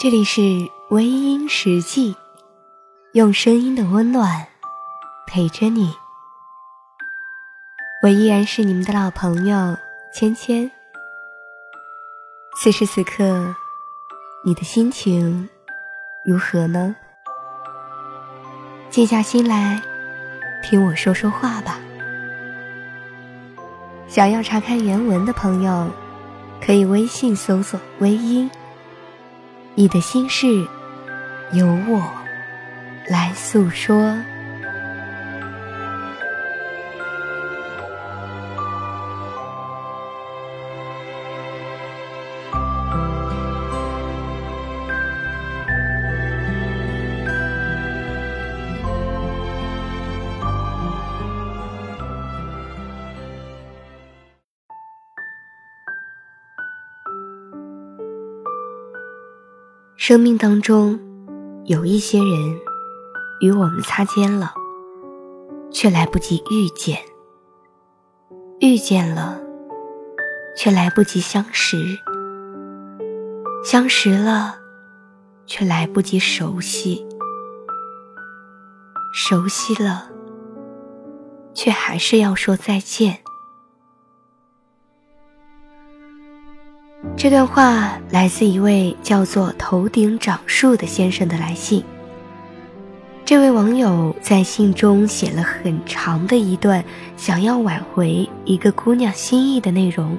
这里是微音时记，用声音的温暖陪着你。我依然是你们的老朋友芊芊。此时此刻，你的心情如何呢？静下心来，听我说说话吧。想要查看原文的朋友，可以微信搜索微音，你的心事由我来诉说。生命当中有一些人与我们擦肩了，却来不及遇见，遇见了却来不及相识，相识了却来不及熟悉，熟悉了却还是要说再见。这段话来自一位叫做头顶长树的先生的来信。这位网友在信中写了很长的一段想要挽回一个姑娘心意的内容。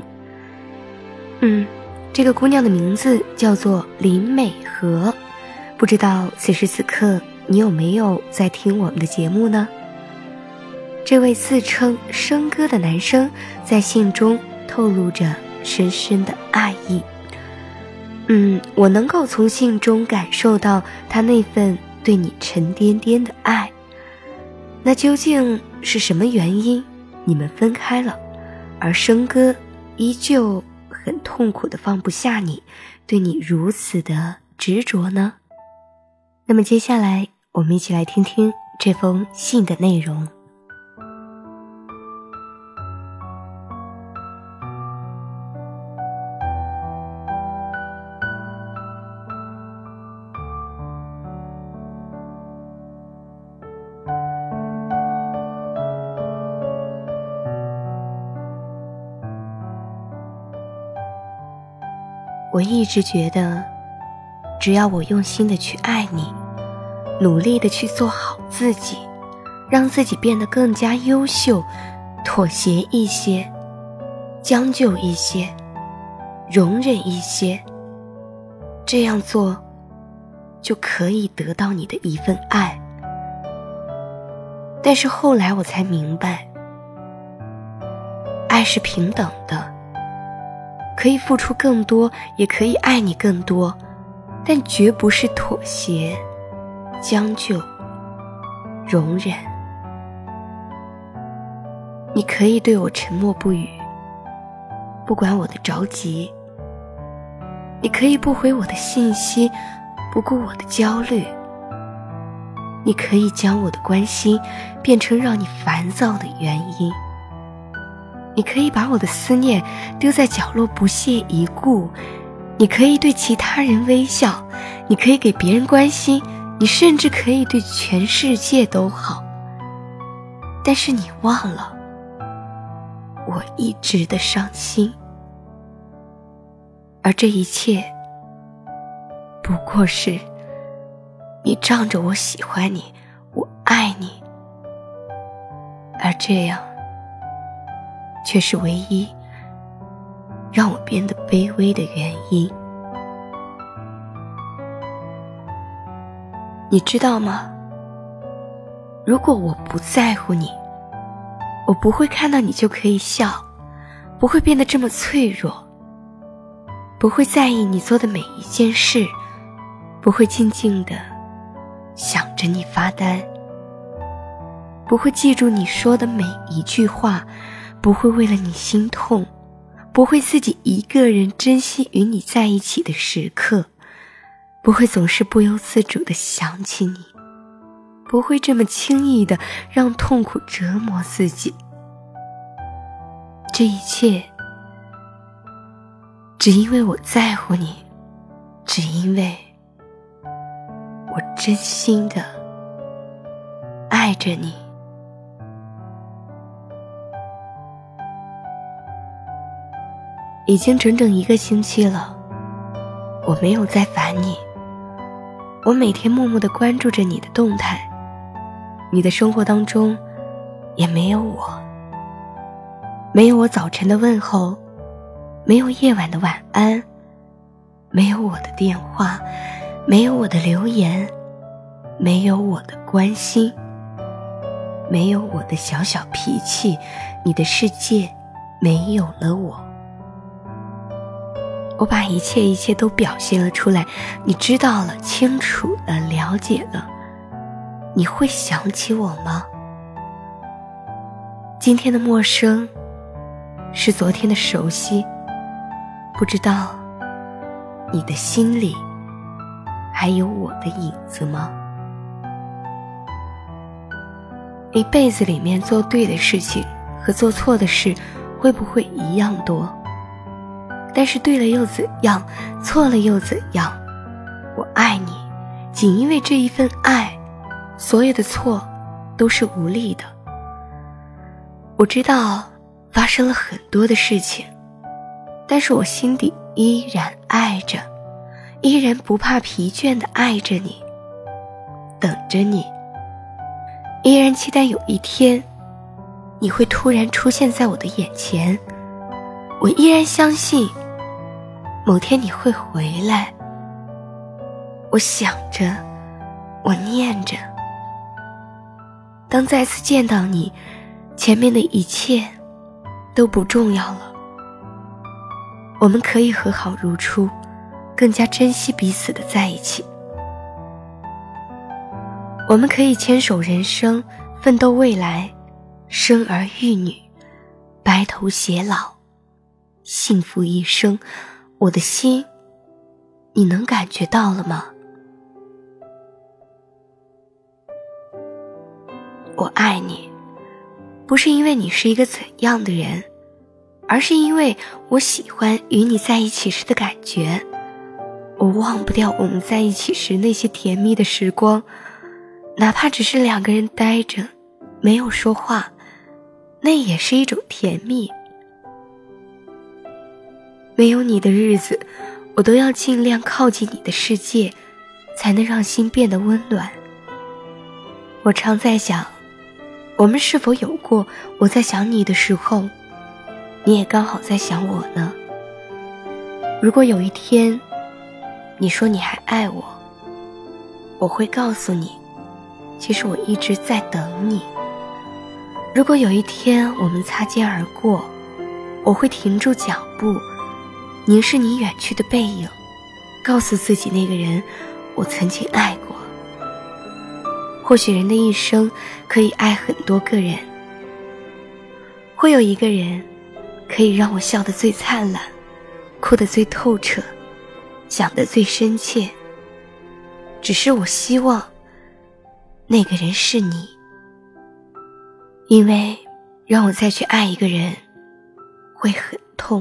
这个姑娘的名字叫做林美和，不知道此时此刻你有没有在听我们的节目呢？这位自称生哥的男生在信中透露着深深的爱意。我能够从信中感受到他那份对你沉甸甸的爱。那究竟是什么原因你们分开了，而生哥依旧很痛苦地放不下你，对你如此的执着呢？那么接下来我们一起来听听这封信的内容。我一直觉得，只要我用心的去爱你，努力的去做好自己，让自己变得更加优秀，妥协一些，将就一些，容忍一些，这样做就可以得到你的一份爱。但是后来我才明白，爱是平等的，可以付出更多，也可以爱你更多，但绝不是妥协、将就、容忍。你可以对我沉默不语，不管我的着急；你可以不回我的信息，不顾我的焦虑；你可以将我的关心变成让你烦躁的原因。你可以把我的思念丢在角落不屑一顾，你可以对其他人微笑，你可以给别人关心，你甚至可以对全世界都好。但是你忘了，我一直的伤心，而这一切不过是你仗着我喜欢你，我爱你，而这样却是唯一让我变得卑微的原因。你知道吗？如果我不在乎你，我不会看到你就可以笑，不会变得这么脆弱，不会在意你做的每一件事，不会静静地想着你发呆，不会记住你说的每一句话，不会为了你心痛，不会自己一个人珍惜与你在一起的时刻，不会总是不由自主地想起你，不会这么轻易地让痛苦折磨自己。这一切只因为我在乎你，只因为真心的爱着你。已经整整1个星期了，我没有再烦你。我每天默默地关注着你的动态，你的生活当中也没有我，没有我早晨的问候，没有夜晚的晚安，没有我的电话，没有我的留言，没有我的关心，没有我的小小脾气，你的世界没有了我。我把一切都表现了出来，你知道了，清楚了，了解了。你会想起我吗？今天的陌生是昨天的熟悉，不知道你的心里还有我的影子吗？一辈子里面做对的事情和做错的事会不会一样多？但是对了又怎样，错了又怎样？我爱你，仅因为这一份爱，所有的错都是无力的。我知道发生了很多的事情，但是我心底依然爱着，依然不怕疲倦地爱着你，等着你，依然期待有一天你会突然出现在我的眼前。我依然相信某天你会回来，我想着，我念着。当再次见到你，前面的一切都不重要了。我们可以和好如初，更加珍惜彼此的在一起。我们可以牵手人生，奋斗未来，生儿育女，白头偕老，幸福一生。我的心，你能感觉到了吗？我爱你，不是因为你是一个怎样的人，而是因为我喜欢与你在一起时的感觉。我忘不掉我们在一起时那些甜蜜的时光，哪怕只是2个人呆着，没有说话，那也是一种甜蜜。没有你的日子，我都要尽量靠近你的世界，才能让心变得温暖。我常在想，我们是否有过我在想你的时候，你也刚好在想我呢？如果有一天你说你还爱我，我会告诉你，其实我一直在等你。如果有一天我们擦肩而过，我会停住脚步，凝视你远去的背影，告诉自己那个人我曾经爱过。或许人的一生可以爱很多个人，会有一个人可以让我笑得最灿烂，哭得最透彻，想得最深切。只是我希望那个人是你，因为让我再去爱一个人会很痛。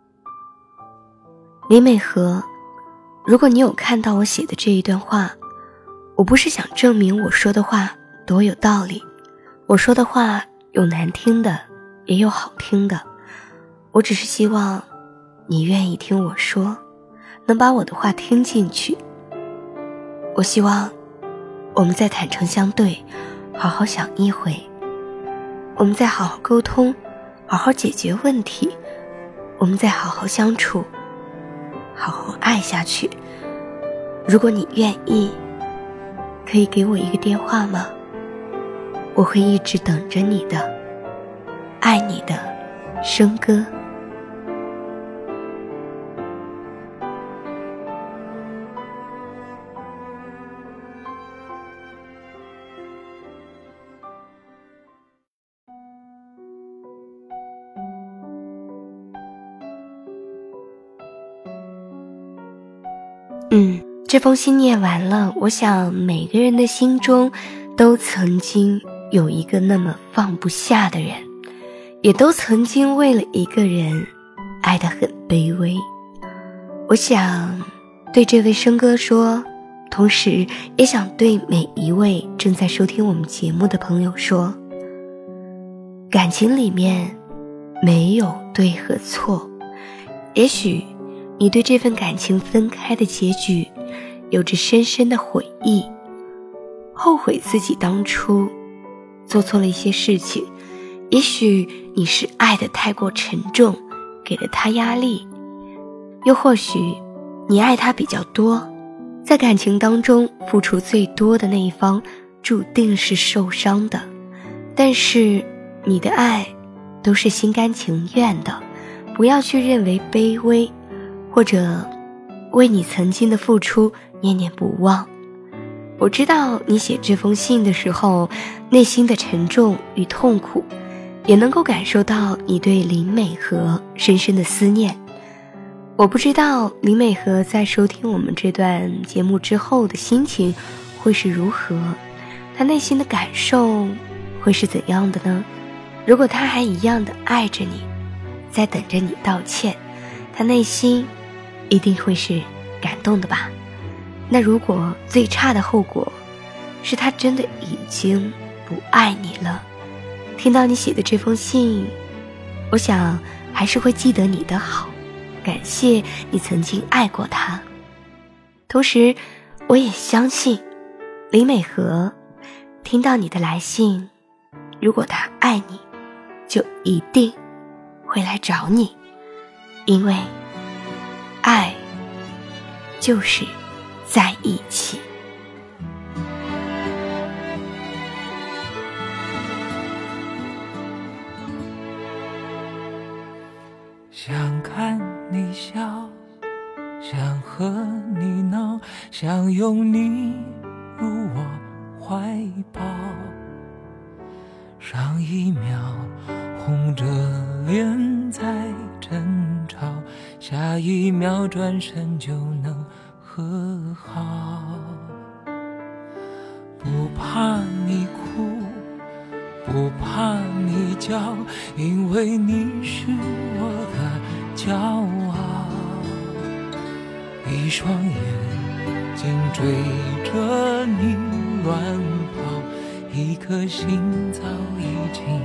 林美和，如果你有看到我写的这一段话，我不是想证明我说的话多有道理，我说的话有难听的，也有好听的，我只是希望你愿意听我说，能把我的话听进去。我希望我们再坦诚相对，好好想一回，我们再好好沟通，好好解决问题，我们再好好相处，好好爱下去。如果你愿意，可以给我一个电话吗？我会一直等着你的，爱你的笙歌。这封信念完了，我想每个人的心中都曾经有一个那么放不下的人，也都曾经为了一个人爱得很卑微。我想对这位笙歌说， 同时也想对每一位正在收听我们节目的朋友说，感情里面没有对和错，也许你对这份感情分开的结局有着深深的悔意，后悔自己当初做错了一些事情，也许你是爱得太过沉重，给了他压力，又或许你爱他比较多，在感情当中付出最多的那一方注定是受伤的，但是你的爱都是心甘情愿的，不要去认为卑微，或者为你曾经的付出念念不忘。我知道你写这封信的时候内心的沉重与痛苦，也能够感受到你对林美和深深的思念。我不知道林美和在收听我们这段节目之后的心情会是如何，她内心的感受会是怎样的呢？如果她还一样的爱着你，在等着你道歉，她内心一定会是感动的吧。那如果最差的后果是她真的已经不爱你了，听到你写的这封信，我想还是会记得你的好，感谢你曾经爱过他。同时我也相信林美和听到你的来信，如果他爱你，就一定会来找你，因为爱就是在一起。 想看你笑，想和你闹，想拥你入我怀抱，上一秒红着脸在争吵，下一秒转身就能和好。不怕你哭，不怕你叫，因为你是我的骄傲。一双眼睛追着你乱跑，一颗心早已经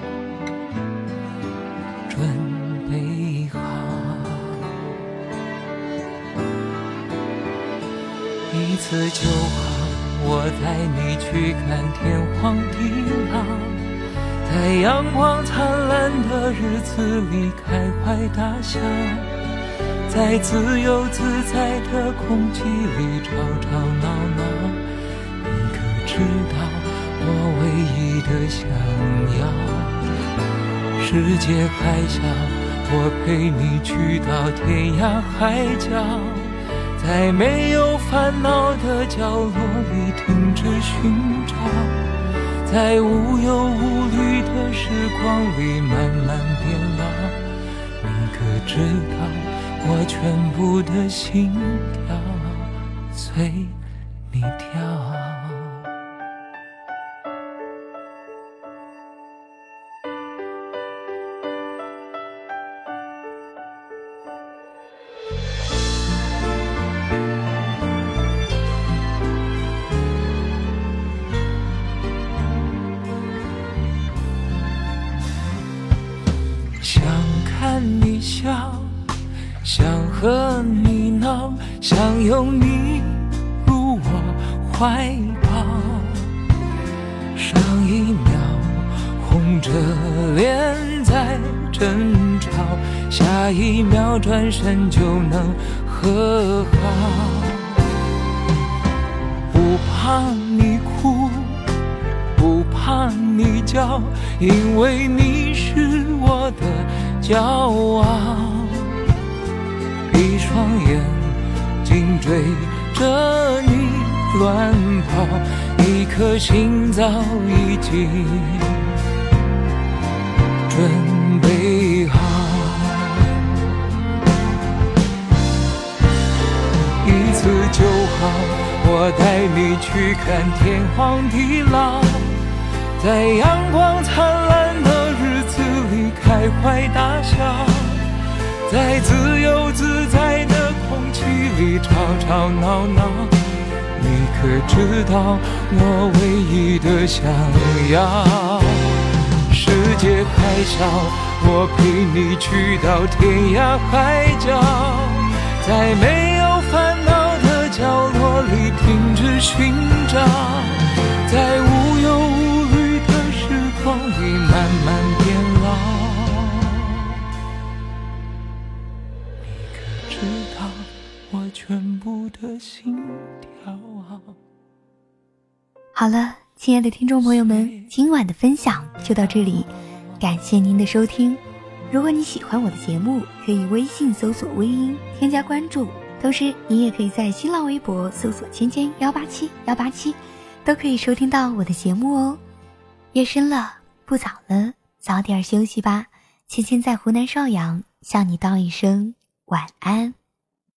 准备好。一次就好，我带你去看天荒地老，在阳光灿烂的日子里开怀大笑，在自由自在的空气里吵吵闹闹。你可知道我唯一的想要，世界还小，我陪你去到天涯海角，在没有烦恼的角落里停止寻找，在无忧无虑的时光里慢慢变老。你可知道我全部的心跳随你跳。想看你笑，想和你闹，想拥你入我怀抱，上一秒红着脸在争吵，下一秒转身就能和好。不怕你哭，不怕你叫，因为你是我的骄傲。一双眼睛追着你乱跑，一颗心早已经准备好。一次就好，我带你去看天荒地老，在阳光灿烂的日子里开怀大笑，在自由自在的空气里吵吵闹闹。 可知道我唯一的想要？世界还小，我陪你去到天涯海角，在没有烦恼的角落里停止寻找，在无忧无虑的时光里慢慢变老。你可知道我全部的心跳啊？ 好了，亲爱的听众朋友们，今晚的分享就到这里，感谢您的收听。如果你喜欢我的节目，可以微信搜索微音添加关注，同时你也可以在新浪微博搜索18187，都可以收听到我的节目哦。夜深了，不早了，早点休息吧。芊芊在湖南邵阳向你道一声晚安。